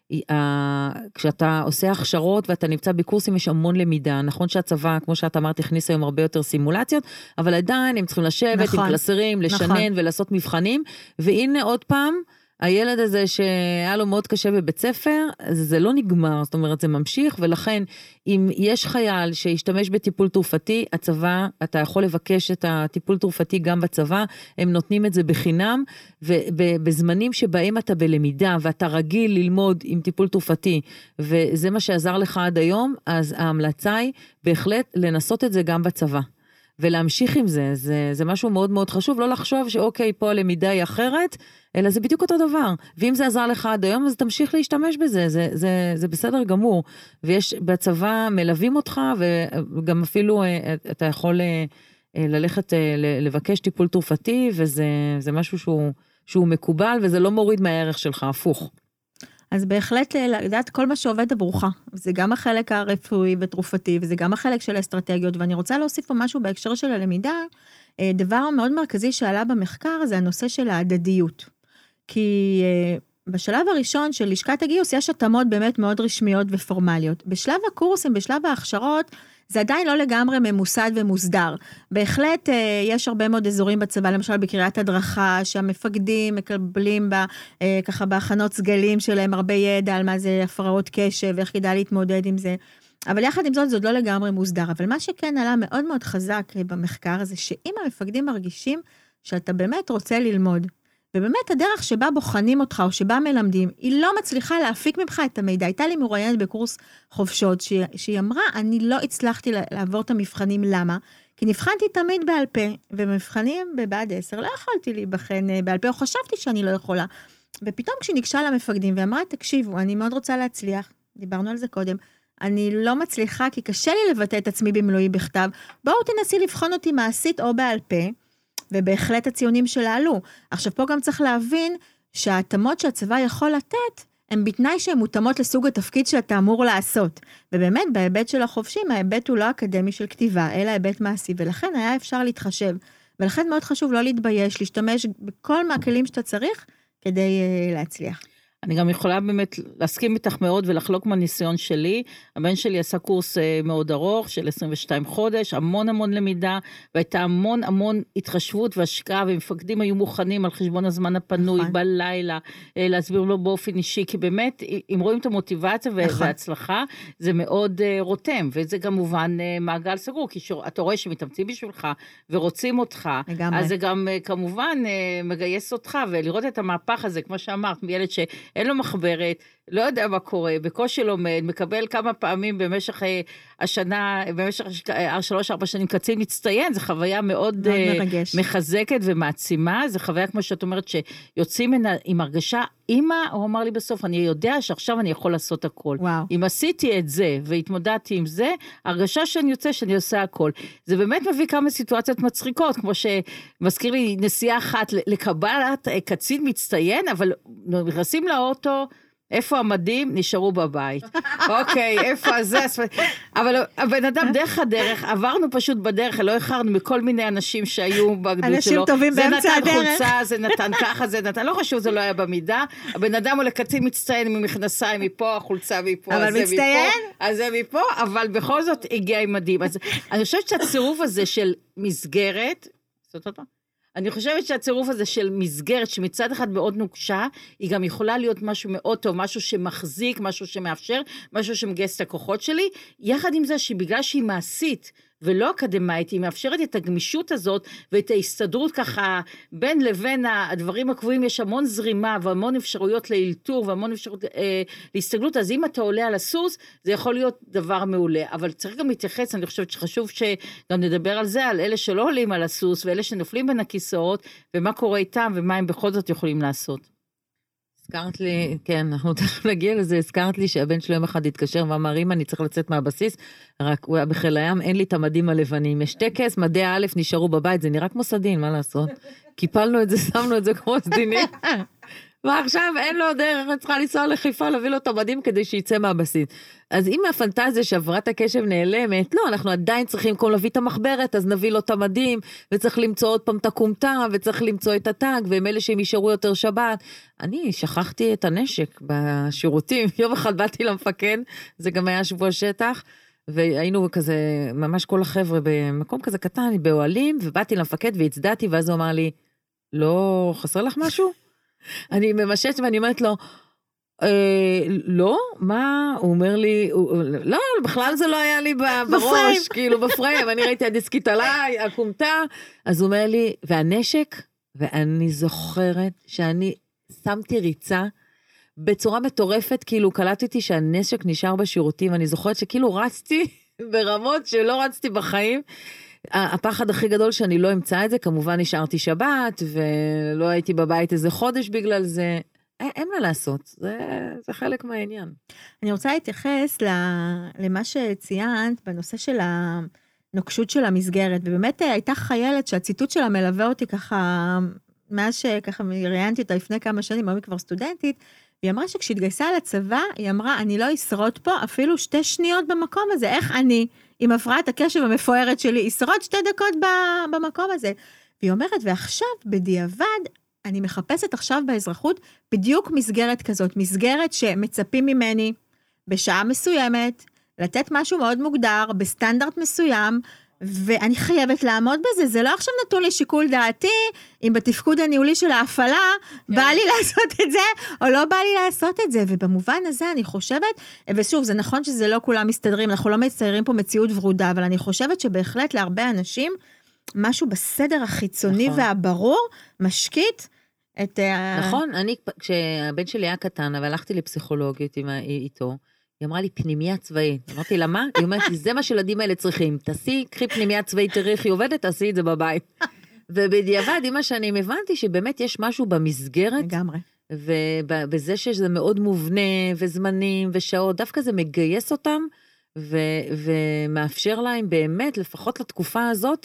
S2: כשאתה עושה הכשרות ואתה נמצא בקורסים, יש המון למידה. נכון שהצבא, כמו שאת אמרת, הכניס היום הרבה יותר סימולציות, אבל עדיין הם צריכים לשבת עם קלסרים, לשנן ולעשות מבחנים, והנה עוד פעם, הילד הזה שהיה לו מאוד קשה בבית ספר, זה לא נגמר, זאת אומרת, זה ממשיך, ולכן, אם יש חייל שישתמש בטיפול תרופתי, הצבא, אתה יכול לבקש את הטיפול תרופתי גם בצבא, הם נותנים את זה בחינם, ובזמנים שבהם אתה בלמידה, ואתה רגיל ללמוד עם טיפול תרופתי, וזה מה שעזר לך עד היום, אז ההמלצה היא בהחלט לנסות את זה גם בצבא. ולהמשיך עם זה, זה משהו מאוד מאוד חשוב, לא לחשוב שאוקיי, פה הלמידה היא אחרת, אלא זה בדיוק אותו דבר. ואם זה עזר לך עד היום, אז תמשיך להשתמש בזה, זה בסדר גמור. ויש בצבא מלווים אותך, וגם אפילו אתה יכול ללכת לבקש טיפול תרופתי, וזה משהו שהוא מקובל, וזה לא מוריד מהערך שלך, הפוך.
S3: אז בהחלט לדעת כל מה שעובד עבורך, זה גם החלק הרפואי ותרופתי, וזה גם החלק של האסטרטגיות, ואני רוצה להוסיף פה משהו בהקשר של הלמידה, דבר מאוד מרכזי שעלה במחקר, זה הנושא של ההדדיות. כי בשלב הראשון של לשכת הגיוס, יש התאמות באמת מאוד רשמיות ופורמליות. בשלב הקורסים, בשלב ההכשרות, זה עדיין לא לגמרי ממוסד ומוסדר. בהחלט יש הרבה מאוד אזורים בצבא, למשל בקריית הדרכה, שהמפקדים מקבלים ככה בהכנות סגלים שלהם הרבה ידע על מה זה הפרעות קשב, ואיך כדאי להתמודד עם זה. אבל יחד עם זאת, זה עוד לא לגמרי מוסדר. אבל מה שכן עלה מאוד מאוד חזק במחקר הזה, שאם המפקדים מרגישים שאתה באמת רוצה ללמוד, ובאמת הדרך שבה בוחנים אותך או שבה מלמדים, היא לא מצליחה להפיק ממך את המידע. הייתה לי מרואיינת בקורס חופשות, שהיא אמרה, אני לא הצלחתי לעבור את המבחנים, למה? כי נבחנתי תמיד בעל פה, ובמבחנים בבעד 10 לא יכולתי להיבחן בעל פה, או חשבתי שאני לא יכולה. ופתאום כשהיא ניגשה למפקדים ואמרה, תקשיבו, אני מאוד רוצה להצליח, דיברנו על זה קודם, אני לא מצליחה, כי קשה לי לבטא את עצמי במילואי בכתב, בואו תנסי לבחון אותי מעשית או בעל פה, ובהחלט הציונים שלה עלו. עכשיו פה גם צריך להבין שההתאמות שהצבא יכול לתת, הן בתנאי שהן מותאמות לסוג התפקיד שאתה אמור לעשות. ובאמת בהיבט של החופשים, ההיבט הוא לא אקדמי של כתיבה, אלא היבט מעשי, ולכן היה אפשר להתחשב. ולכן מאוד חשוב לא להתבייש, להשתמש בכל מהכלים שאתה צריך, כדי להצליח.
S1: אני גם יכולה באמת להסכים איתך מאוד ולחלוק מהניסיון שלי. הבן שלי עשה קורס מאוד ארוך של 22 חודש, המון למידה, והייתה המון התחשבות והשקעה, ומפקדים היו מוכנים על חשבון הזמן הפנוי בלילה, להסביר לו באופן אישי, כי באמת, אם רואים את המוטיבציה וההצלחה, זה מאוד רותם, וזה גם מובן מעגל סגור, כי אתה רואה שמתאמצים בשבילך ורוצים אותך, אז זה גם כמובן מגייס אותך, ולראות את המהפך הזה, כמו שאמרת, מילד אין לו מחברת, לא יודע מה קורה, בקושי לומד, מקבל כמה פעמים במשך השנה, במשך 3-4 שנים קצין מצטיין, זו חוויה מאוד מחזקת ומעצימה, זו חוויה כמו שאת אומרת שיוצאים עם הרגשה, אמא, הוא אמר לי בסוף, אני יודע שעכשיו אני יכול לעשות הכל.
S3: וואו.
S1: אם עשיתי את זה והתמודדתי עם זה, הרגשה שאני יוצא שאני עושה הכל. זה באמת מביא כמה סיטואציות מצחיקות, כמו שמזכיר לי נסיעה אחת לקבלת קצין מצטיין, אבל נכנסים לאוטו, איפה המדים? נשארו בבית. אוקיי, איפה זה? אבל הבן אדם דרך הדרך, עברנו פשוט בדרך, לא הכרנו מכל מיני אנשים שהיו בגדוד שלו.
S3: אנשים טובים באמצע הדרך.
S1: זה נתן חולצה, זה נתן ככה, זה נתן, לא חשוב, זה לא היה במידה. הבן אדם הוא לקצין מצטיין עם מכנסיים מפה, החולצה מפה,
S3: אבל מצטיין?
S1: אז זה מפה, אבל בכל זאת הגיע עם מדים. אז אני חושבת שהצירוף הזה של מסגרת, זאת אותה? אני חושבת שהצירוף הזה של מסגרת, שמצד אחד מאוד נוקשה, היא גם יכולה להיות משהו מאוד טוב, משהו שמחזיק, משהו שמאפשר, משהו שמגייס את הכוחות שלי, יחד עם זה שבגלל שהיא מעשית, ולא אקדמית, היא מאפשרת את הגמישות הזאת, ואת ההסתדרות ככה, בין לבין הדברים הקבועים, יש המון זרימה, והמון אפשרויות לאלתור, והמון אפשרות להסתגלות, אז אם אתה עולה על הסוס, זה יכול להיות דבר מעולה, אבל צריך גם להתייחס, אני חושבת שחשוב שגם נדבר על זה, על אלה שלא עולים על הסוס, ואלה שנופלים בין הכיסאות, ומה קורה איתם, ומה הם בכל זאת יכולים לעשות.
S2: הזכרת לי, כן, אנחנו תכף נגיע לזה, הזכרת לי שהבן שלו יום אחד התקשר ואמר, אמא, אני צריך לצאת מהבסיס, רק הוא היה בחיל הים, אין לי את המדים הלבנים, יש טקס, מדי א' נשארו בבית, זה נראה כמו סדין, מה לעשות? קיפלנו את זה, שמנו את זה כמו סדינים, ועכשיו אין לו דרך, אני צריכה לנסוע לחיפה, להביא לו את המדים כדי שיצא מהבסיס. אז אם הפנטזיה שעברת הקשב נעלמת, לא, אנחנו עדיין צריכים כל להביא את המחברת, אז נביא לו את המדים, וצריך למצוא עוד פעם את הקומטה, וצריך למצוא את הטאג, והם אלה שהם יישארו יותר שבת. אני שכחתי את הנשק בשירותים, יום אחד באתי למפקד, זה גם היה שבוע שטח, והיינו כזה, ממש כל החבר'ה במקום כזה קטן, באוהלים, ובאתי למפקד והצדעתי, ואז הוא אמר לי, לא חסר לך משהו? אני ממששת ואני אומרת לו, לא, מה? הוא אומר לי, לא, בכלל זה לא היה לי בראש, כאילו בפריים, אני ראיתי הדיסקית עליי, הקומטה, אז הוא אומר לי, והנשק, ואני זוכרת שאני שמתי ריצה, בצורה מטורפת, כאילו קלטתי שהנשק נשאר בשירותים, אני זוכרת שכאילו רצתי ברמות שלא רצתי בחיים, הפחד הכי גדול שאני לא אמצא את זה, כמובן נשארתי שבת, ולא הייתי בבית איזה חודש בגלל זה, אין מה לעשות, זה חלק מהעניין.
S3: אני רוצה להתייחס למה שציינת, בנושא של הנוקשות של המסגרת, ובאמת הייתה חיילת שהציטוט שלה מלווה אותי ככה, מאז שככה ראיינתי אותה לפני כמה שנים, היום היא כבר סטודנטית, והיא אמרה שכשהתגייסה לצבא, היא אמרה, אני לא אשרוד פה אפילו 2 שניות במקום הזה, איך אני, עם הפרעת הקשב המפוארת שלי, אשרוד 2 דקות במקום הזה. והיא אומרת, ועכשיו בדיעבד, אני מחפשת עכשיו באזרחות, בדיוק מסגרת כזאת, מסגרת שמצפים ממני, בשעה מסוימת, לתת משהו מאוד מוגדר, בסטנדרט מסוים, ואני חייבת לעמוד בזה, זה לא עכשיו נתון לי שיקול דעתי, אם בתפקוד הניהולי של ההפעלה, בא לי לעשות את זה, או לא בא לי לעשות את זה, ובמובן הזה אני חושבת, ושוב, זה נכון שזה לא כולם מסתדרים, אנחנו לא מציירים פה מציאות ורודה, אבל אני חושבת שבהחלט להרבה אנשים, משהו בסדר החיצוני והברור, משקיט את
S2: נכון, כשהבן שלי היה קטן, אבל הלכתי לפסיכולוגית איתו, היא אמרה לי, פנימיה צבאית. אמרתי לה, מה? היא אומרת לי, זה מה שילדים האלה צריכים. קחי פנימיה צבאית, תראי איך היא עובדת, תעשי את זה בבית. ובדיעבד, מה שאני הבנתי, שבאמת יש משהו במסגרת.
S3: לגמרי.
S2: ובזה שזה מאוד מובנה, וזמנים, ושעות, דווקא זה מגייס אותם, ומאפשר להם באמת, לפחות לתקופה הזאת,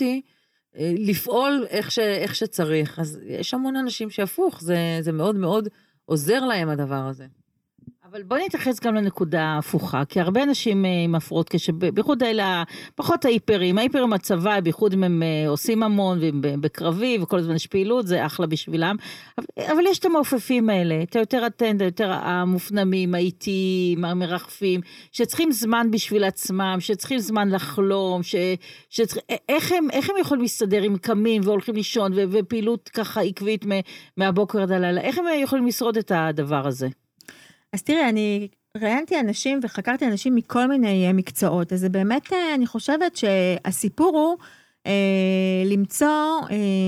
S2: לפעול איך שצריך. אז יש המון אנשים שהפוך, זה מאוד מאוד עוזר להם הדבר הזה.
S1: אבל בוא נתייחס גם לנקודה הפוכה, כי הרבה אנשים עם הפרעות קשב, בייחוד האלה, פחות ההיפרים הצבא, בייחוד אם הם עושים המון, והם בקרבי, וכל הזמן יש פעילות, זה אחלה בשבילם, אבל יש את המעופפים האלה, את היותר אטנד, היותר המופנמים, האיטיים, המרחפים, שצריכים זמן בשביל עצמם, שצריכים זמן לחלום, איך הם יכולים להסתדר עם קמים, והולכים לישון, ופעילות ככה עקבית מהבוקר עד הלילה, איך הם יכולים לשרוד את הדבר הזה?
S3: אז תראי, אני ראיינתי אנשים וחקרתי אנשים מכל מיני מקצועות, אז זה באמת, אני חושבת שהסיפור הוא למצוא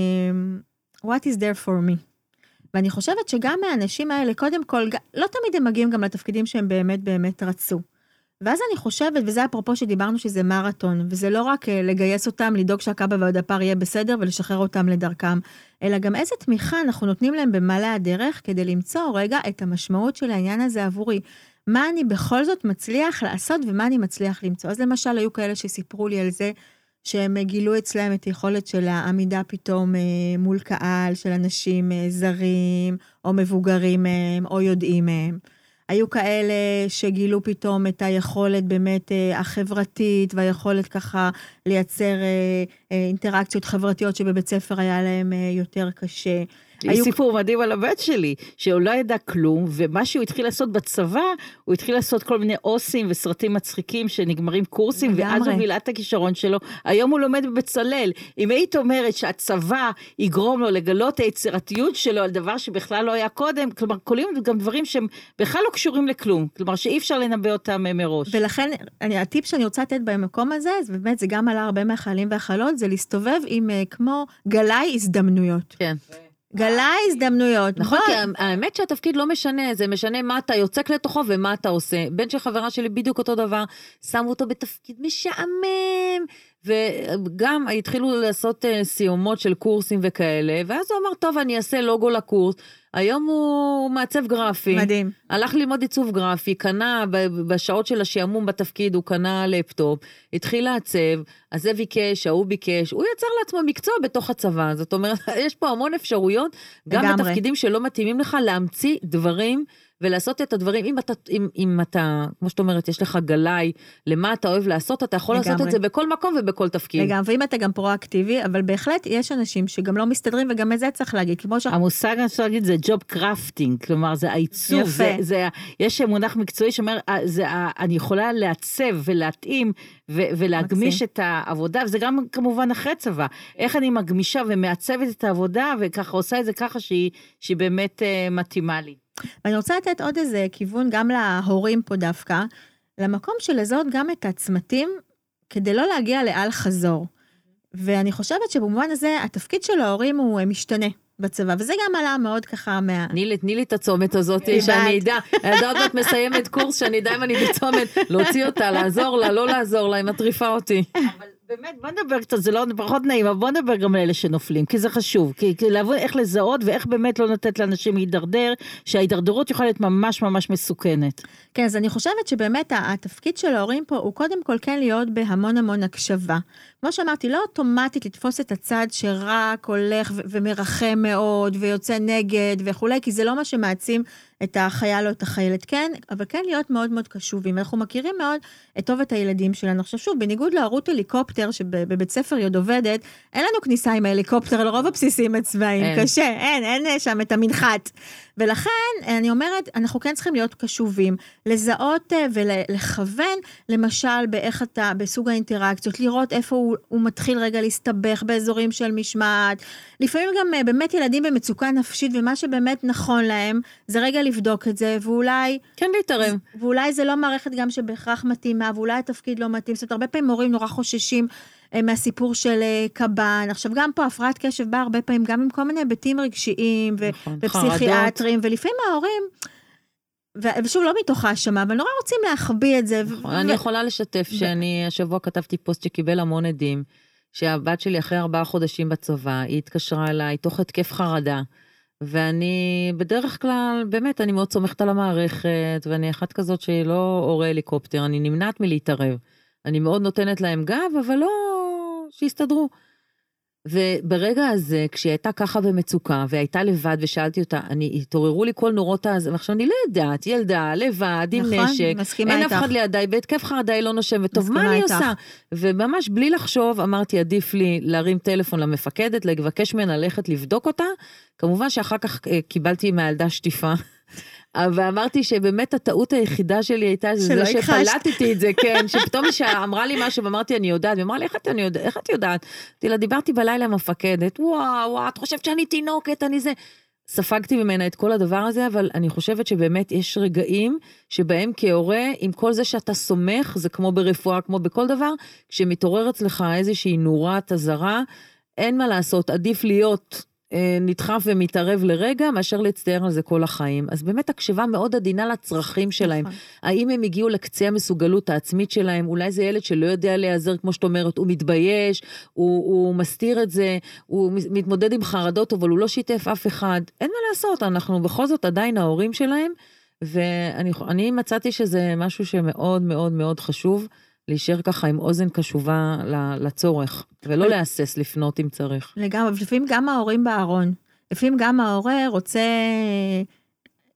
S3: what is there for me. ואני חושבת שגם מהאנשים האלה, קודם כל, לא תמיד הם מגיעים גם לתפקידים שהם באמת באמת רצו. ואז אני חושבת, וזה אפרופו שדיברנו שזה מרתון, וזה לא רק לגייס אותם, לדאוג שהקב"א והדפ"ר יהיה בסדר, ולשחרר אותם לדרכם, אלא גם איזה תמיכה אנחנו נותנים להם במעלה הדרך, כדי למצוא רגע את המשמעות של העניין הזה עבורי. מה אני בכל זאת מצליח לעשות, ומה אני מצליח למצוא. אז למשל, היו כאלה שסיפרו לי על זה, שהם גילו אצלם את יכולת של העמידה פתאום מול קהל, של אנשים זרים, או מבוגרים מהם, או יודעים מהם. היו כאלה שגילו פתאום את היכולת באמת החברתית, והיכולת ככה לייצר אינטראקציות חברתיות שבבית ספר היה להם יותר קשה.
S1: יש סיפור מדהים על הבית שלי, שהוא לא ידע כלום, ומה שהוא התחיל לעשות בצבא, הוא התחיל לעשות כל מיני אוסים וסרטים מצחיקים שנגמרים קורסים, ואז הוא מילא את הכישרון שלו. היום הוא לומד בבצלאל. אם היית אומרת שהצבא יגרום לו לגלות היצירתיות שלו על דבר שבכלל לא היה קודם, כלומר, קולים גם דברים שהם בכלל לא קשורים לכלום, כלומר שאי אפשר לנבא אותם מראש.
S3: ולכן, הטיפ שאני רוצה לתת במקום הזה, באמת זה גם עלה הרבה מהחיילים והחיילות, זה להסתובב עם כמו גלאי הזדמנויות.
S2: כן.
S3: גלה הזדמנויות.
S2: נכון, כי האמת שהתפקיד לא משנה, זה משנה מה אתה יוצק לתוכו ומה אתה עושה. בן של חברה שלי בדיוק אותו דבר, שמו אותו בתפקיד משעמם, וגם התחילו לעשות סיומות של קורסים וכאלה, ואז הוא אמר, טוב, אני אעשה לוגו לקורס, היום הוא מעצב גרפי.
S3: מדהים.
S2: הלך ללמוד עיצוב גרפי, קנה בשעות של השעמום בתפקיד, הוא קנה לפטופ, התחיל לעצב, אז זה ביקש, ההוא ביקש, הוא יצר לעצמו מקצוע בתוך הצבא, זאת אומרת, יש פה המון אפשרויות, גם בתפקידים שלא מתאימים לך, להמציא דברים, ולעשות את הדברים, אם אתה, כמו שאת אומרת, יש לך גלאי, למה אתה אוהב לעשות, אתה יכול לעשות את זה בכל מקום ובכל תפקיד.
S3: לגמרי, ואם אתה גם פרואקטיבי, אבל בהחלט יש אנשים שגם לא מסתדרים, וגם את זה צריך להגיד, כמו
S1: המושג אני רוצה להגיד, זה ג'וב קראפטינג, כלומר, זה העיצוב, יש מונח מקצועי שאומר, אני יכולה לעצב ולהתאים, ולהגמיש את העבודה, וזה גם כמובן אחרי צבא, איך אני מגמישה ומעצבת את העבודה, וככה עושה את זה ככה שהיא באמת מתאימה לי.
S3: ואני רוצה לתת עוד איזה כיוון גם להורים פה דווקא, למקום של לזהות גם את הצמתים, כדי לא להגיע לאל חזור. ואני חושבת שבמובן הזה, התפקיד של ההורים הוא משתנה בצבא, וזה גם עלה מאוד ככה
S2: תני לי את הצומת הזאת, שאני אדע, עוד מעט מסיימת קורס, שאני אדע אם אני בצומת, להוציא אותה, לעזור לה, לא לעזור לה, היא מטריפה אותי.
S1: אבל באמת, בוא נדבר קצת, זה לא פחות נעים, אבל בוא נדבר גם לאלה שנופלים, כי זה חשוב, כי להבין איך לזהות, ואיך באמת לא נותנת לאנשים להידרדר, שההידרדרות יכולה להיות ממש ממש מסוכנת.
S3: כן, אז אני חושבת שבאמת התפקיד של ההורים פה, הוא קודם כל כן להיות בהמון המון הקשבה. כמו שאמרתי, לא אוטומטית לתפוס את הצד שרק הולך ומרחם מאוד, ויוצא נגד וכולי, כי זה לא מה שמעצים את החייל או את החיילת, כן, אבל כן להיות מאוד מאוד קשובים. אנחנו מכירים מאוד את טוב את הילדים שלנו. עכשיו שוב, בניגוד לערוץ הליקופטר, שבבית ספר יוד עובדת, אין לנו כניסה עם ההליקופטר, לרוב הבסיסים הצבאיים, קשה, אין שם את המנחת. ולכן, אני אומרת, אנחנו כן צריכים להיות קשובים, לזהות ולכוון, למשל, באיך אתה, בסוג האינטראקציות, לראות איפה הוא מתחיל רגע להסתבך באזורים של משמעת. לפעמים גם באמת ילדים במצוקה נפשית, ומה שבאמת נכון להם, זה רגע לבדוק את זה, ואולי...
S2: כן, להתערב.
S3: ואולי זה לא מערכת גם שבהכרח מתאימה, ואולי התפקיד לא מתאים. זאת אומרת, הרבה פעמים מורים נורא חוששים מהסיפור של קב"ן. עכשיו, גם פה הפרעת קשב באה הרבה פעמים, גם עם כל מיני היבטים רגשיים ופסיכיאטרים, ולפעמים ההורים, ושוב, לא מתוך האשמה, אבל נורא רוצים להחביא את זה.
S2: אני יכולה לשתף שאני השבוע כתבתי פוסט שקיבל המון עדים, שהבת שלי אחרי 4 חודשים בצבא, היא התקשרה אליי תוך התקף חרדה, ואני בדרך כלל, באמת, אני מאוד סומכת על המערכת, ואני אחת כזאת שהיא לא הורה הליקופטר, אני נמנעת מלהתערב. אני מאוד נותנת להם גב, אבל לא שיסתדרו. וברגע הזה, כשהיא הייתה ככה במצוקה, והייתה לבד, ושאלתי אותה, התעוררו לי כל נורות הזה, ועכשיו אני לא יודעת, ילדה, לבד, עם נשק, אין אף אחד לידי, בהתקף חרדה היא לא נושבת, טוב, מה אני עושה? וממש בלי לחשוב, אמרתי, עדיף לי להרים טלפון למפקדת, לבקש ממנה ללכת לבדוק אותה, כמובן שאחר כך קיבלתי מהילדה שטיפה, ואמרתי שבאמת הטעות היחידה שלי הייתה זה שפלטתי את זה, כן, שפתאום שאמרה לי משהו ואמרתי אני יודעת, ואמרה לי איך את יודעת? דיברתי בלילה עם המפקדת, וואו, את חושבת שאני תינוקת, אני זה, ספגתי ממנה את כל הדבר הזה, אבל אני חושבת שבאמת יש רגעים שבהם כהורה, עם כל זה שאתה סומך, זה כמו ברפואה, כמו בכל דבר, כשמתעורר אצלך איזושהי נורת אזהרה, אין מה לעשות, עדיף להיות נדחף ומתערב לרגע, מאשר להצטער על זה כל החיים. אז באמת הקשבה מאוד עדינה לצרכים שלהם. האם הם הגיעו לקצה המסוגלות העצמית שלהם? אולי זה ילד שלא יודע להיעזר, כמו שאת אומרת, הוא מתבייש, הוא מסתיר את זה, הוא מתמודד עם חרדות, אבל הוא לא שיתף אף אחד. אין מה לעשות, אנחנו בכל זאת עדיין ההורים שלהם, ואני מצאתי שזה משהו שמאוד מאוד מאוד חשוב, להישאר ככה עם אוזן קשובה לצורך, ולא להסס לפנות אם צריך.
S3: לגמרי, לפעמים גם ההורים בארון, לפעמים גם ההורה רוצה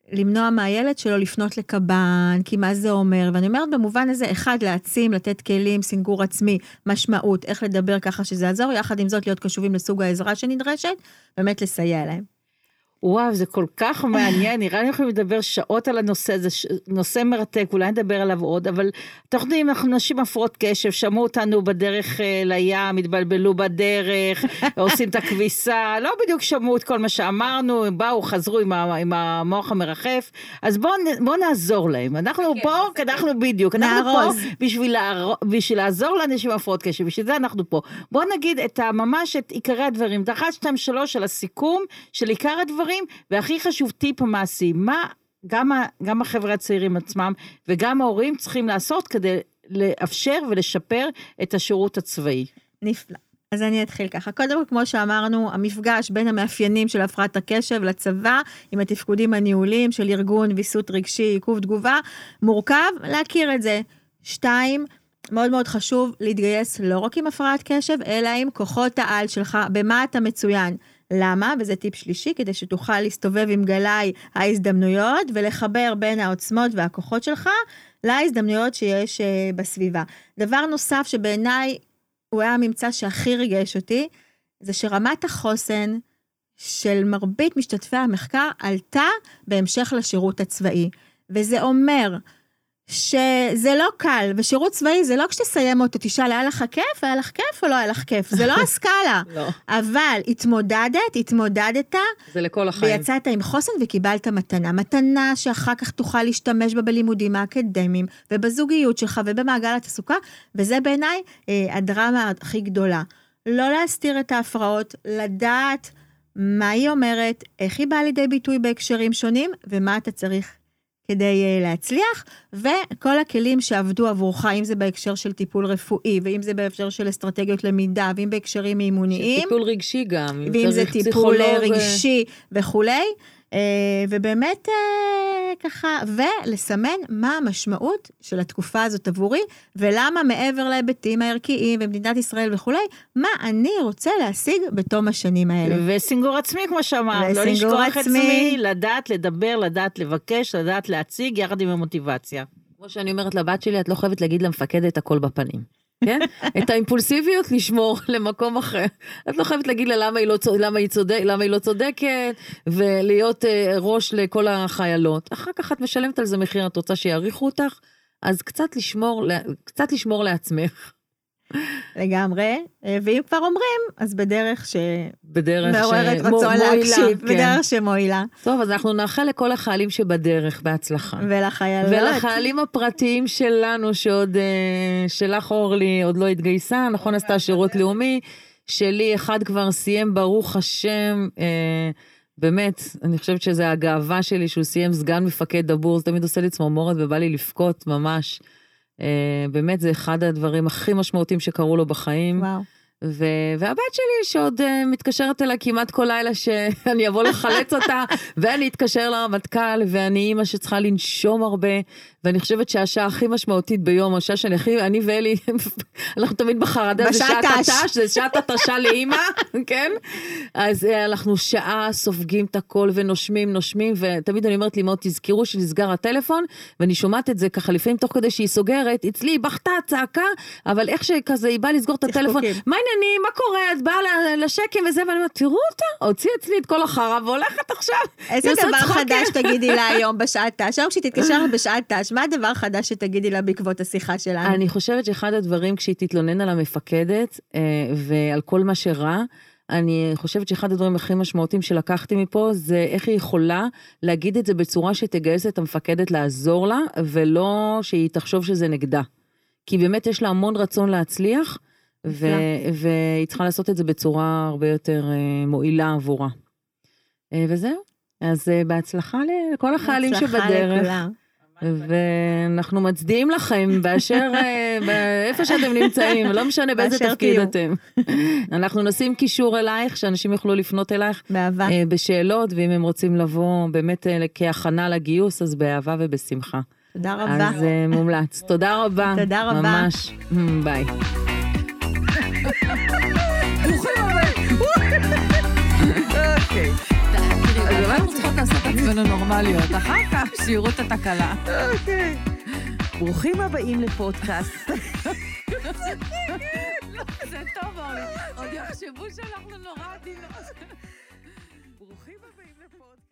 S3: למנוע מהילד שלו לפנות לקב"ן, כי מה זה אומר, ואני אומרת במובן הזה, אחד, להעצים, לתת כלים, סינגור עצמי, משמעות, איך לדבר ככה שזה יעזור, יחד עם זאת להיות קשובים לסוג העזרה שנדרשת, באמת לסייע להם.
S1: וואו, זה כל כך מעניין, נראה לי יכולים לדבר שעות על הנושא, זה נושא מרתק, אולי נדבר עליו עוד, אבל תוכנים, אנחנו נשים הפרעות קשב, שמעו אותנו בדרך לים, התבלבלו בדרך, עושים את הכביסה, לא בדיוק שמעו את כל מה שאמרנו, הם באו, חזרו עם המוח המרחף, אז בואו נעזור להם, אנחנו פה, אנחנו בדיוק, אנחנו פה בשביל לעזור לאנשים הפרעות קשב, בשביל זה אנחנו פה. בואו נגיד ממש את עיקרי הדברים, 1, 2, 3 של הסיכום, של עיקר הדברים, והכי חשוב טיפ המעשי, מה גם החבר'ה הצעירים עצמם, וגם ההורים צריכים לעשות כדי לאפשר ולשפר את השירות הצבאי.
S3: נפלא. אז אני אתחיל ככה. קודם כל, כמו שאמרנו, המפגש בין המאפיינים של הפרעת הקשב לצבא, עם התפקודים הניהוליים של ארגון, ויסות רגשי, עיכוב תגובה, מורכב להכיר את זה. 2, מאוד מאוד חשוב להתגייס לא רק עם הפרעת קשב, אלא עם כוחות העל שלך, במה אתה מצוין. למה? וזה טיפ שלישי, כדי שתוכל להסתובב עם גלי ההזדמנויות, ולחבר בין העוצמות והכוחות שלך, להזדמנויות שיש בסביבה. דבר נוסף שבעיניי, הוא היה הממצא שהכי ריגש אותי, זה שרמת החוסן של מרבית משתתפי המחקר, עלתה בהמשך לשירות הצבאי. וזה אומר, שזה לא קל, ושירות צבאי זה לא כשתסיים אותו, תשאל, היה לך כיף? היה לך כיף או לא היה לך כיף? זה לא הסקאלה.
S2: לא.
S3: אבל התמודדת,
S2: זה לכל החיים.
S3: ויצאת עם חוסן וקיבלת מתנה שאחר כך תוכל להשתמש בה בלימודים האקדמיים, ובזוגיות שלך ובמעגל התעסוקה, וזה בעיניי הדרמה הכי גדולה. לא להסתיר את ההפרעות, לדעת מה היא אומרת, איך היא באה לידי ביטוי בהקשרים שונים, ומה אתה צריך כדי להצליח, וכל הכלים שעבדו עבורך, אם זה בהקשר של טיפול רפואי, ואם זה בהקשר של אסטרטגיות למידה, ואם בהקשרים אימוניים.
S2: טיפול רגשי גם.
S3: ואם זה טיפול רגשי וכולי, ובאמת ככה, ולסמן מה המשמעות של התקופה הזאת עבורי, ולמה מעבר להיבטים הערכיים במדינת ישראל וכולי, מה אני רוצה להשיג בתום השנים האלה.
S1: וסינגור עצמי, כמו שאמרת, לא לשכוח עצמי, לדעת לדבר, לדעת לבקש, לדעת להציג, יחד עם המוטיבציה.
S2: כמו שאני אומרת לבת שלי, את לא חייבת להגיד למפקדת הכל בפנים. כן? את האימפולסיביות לשמור למקום אחר. את לא חייבת להגיד לה למה היא לא צודקת, ולהיות ראש לכל החיילות. אחר כך את משלמת על זה מחיר, את רוצה שיעריכו אותך, אז קצת לשמור לעצמך.
S3: לגמרי, ואם כבר אומרים, אז בדרך
S2: מעוררת
S3: רצון להקשיב, בדרך שמועילה.
S2: טוב, אז אנחנו נאחל לכל החיילים שבדרך בהצלחה.
S3: ולחיילות.
S2: ולחיילים הפרטיים שלנו, שעוד, שלך אורלי עוד לא התגייסה, נכון עשתה שירות לאומי, שלי אחד כבר סיים ברוך השם, באמת, אני חושבת שזה הגאווה שלי, שהוא סיים סגן מפקד דבור, זה תמיד עושה לי צמרמורת ובא לי לבכות ממש, באמת זה אחד הדברים הכי משמעותיים שקרו לו בחיים.
S3: וואו.
S2: והבת שלי שעוד מתקשרת אליי כמעט כל לילה שאני אבוא לחלץ אותה, ואני אתקשר לרמטכ"ל, ואני אימא שצריכה לנשום הרבה, ואני חושבת שהשעה הכי משמעותית ביום, השעה שאני אני ואלי, אנחנו תמיד בחרדה, זה שעת התש, זה שעת התשה לאימא, כן? אז אנחנו שעה סופגים את הכל ונושמים, ותמיד אני אומרת לי, מאוד תזכרו שנסגר הטלפון, ואני שומעת את זה ככה לפעמים תוך כדי שהיא סוגרת, אצלי היא בכתה צעקה, אבל איך שכזה היא באה לסגור את הטלפון, מה עניינים, מה קורה, את באה לשקם וזה, ואני אומרת, תראו אותה, הוציא אצלי את כל החרה, והולכת עכשיו.
S3: איזה דבר חדש תגידי לה היום בשעת תש? היום כשתתקשר בשעת תש, מה הדבר חדש שתגידי לה בעקבות השיחה שלנו?
S2: אני חושבת שאחד הדברים, כשהיא תתלונן על המפקדת, ועל כל מה שרע, אני חושבת שאחד הדברים הכי משמעותיים שלקחתי מפה, זה איך היא יכולה להגיד את זה בצורה שתגייס את המפקדת לעזור לה, ולא שהיא תחשוב שזה נגדה. כי באמת יש לה המון רצון להצליח, והיא צריכה לעשות את זה בצורה הרבה יותר מועילה עבורה. וזהו. אז בהצלחה לכל החיילים שבדרך. ואנחנו מצדיעים לכם באשר, איפה שאתם נמצאים, לא משנה באיזה תפקיד אתם. אנחנו נשים קישור אלייך, שאנשים יוכלו לפנות אלייך בשאלות, ואם הם רוצים לבוא באמת כהכנה לגיוס, אז באהבה ובשמחה.
S3: תודה רבה.
S2: אז מומלץ. תודה רבה.
S3: תודה רבה.
S2: ממש. ביי.
S4: ברוכים הבאים. אוקיי. אז אולי אנחנו צריכות לעשות את עצמנו נורא.
S2: נורמליות, אחר כך שיערו את התקלה.
S1: אוקיי. ברוכים הבאים לפודקאסט.
S2: לא, זה טוב, אורלי. עוד יחשבו שאנחנו נורא עדינות.
S1: ברוכים הבאים לפודקאסט.